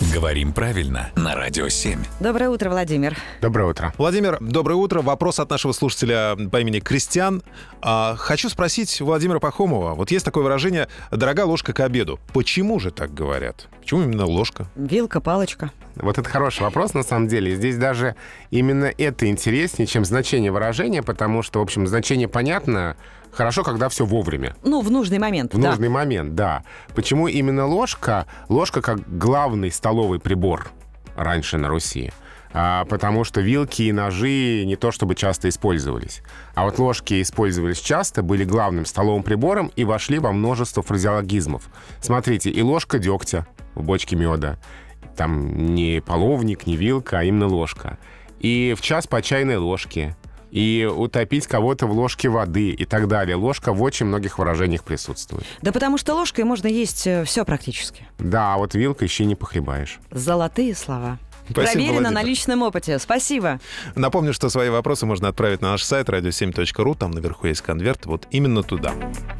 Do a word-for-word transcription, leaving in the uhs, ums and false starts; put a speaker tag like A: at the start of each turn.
A: Говорим правильно на Радио семь.
B: Доброе утро, Владимир.
C: Доброе утро.
D: Владимир, доброе утро. Вопрос от нашего слушателя по имени Кристиан. А, хочу спросить Владимира Пахомова. Вот есть такое выражение «дорога ложка к обеду». Почему же так говорят? Почему именно ложка?
B: Вилка, палочка.
C: Вот это хороший вопрос, на самом деле. Здесь даже именно это интереснее, чем значение выражения, потому что, в общем, значение понятно. Хорошо, когда все вовремя.
B: Ну, в нужный момент,
C: В
B: да.
C: нужный момент, да. Почему именно ложка? Ложка как главный столовый прибор раньше на Руси. А, потому что вилки и ножи не то чтобы часто использовались. А вот ложки использовались часто, были главным столовым прибором и вошли во множество фразеологизмов. Смотрите, и ложка дегтя в бочке меда. Там не половник, не вилка, а именно ложка. И в час по чайной ложке. И утопить кого-то в ложке воды и так далее. Ложка в очень многих выражениях присутствует.
B: Да потому что ложкой можно есть все практически.
C: Да, а вот вилкой еще не похлебаешь.
B: Золотые слова.
D: Спасибо,
B: Проверено
D: Владимир.
B: на личном опыте. Спасибо.
D: Напомню, что свои вопросы можно отправить на наш сайт радио семь точка ру. Там наверху есть конверт. Вот именно туда.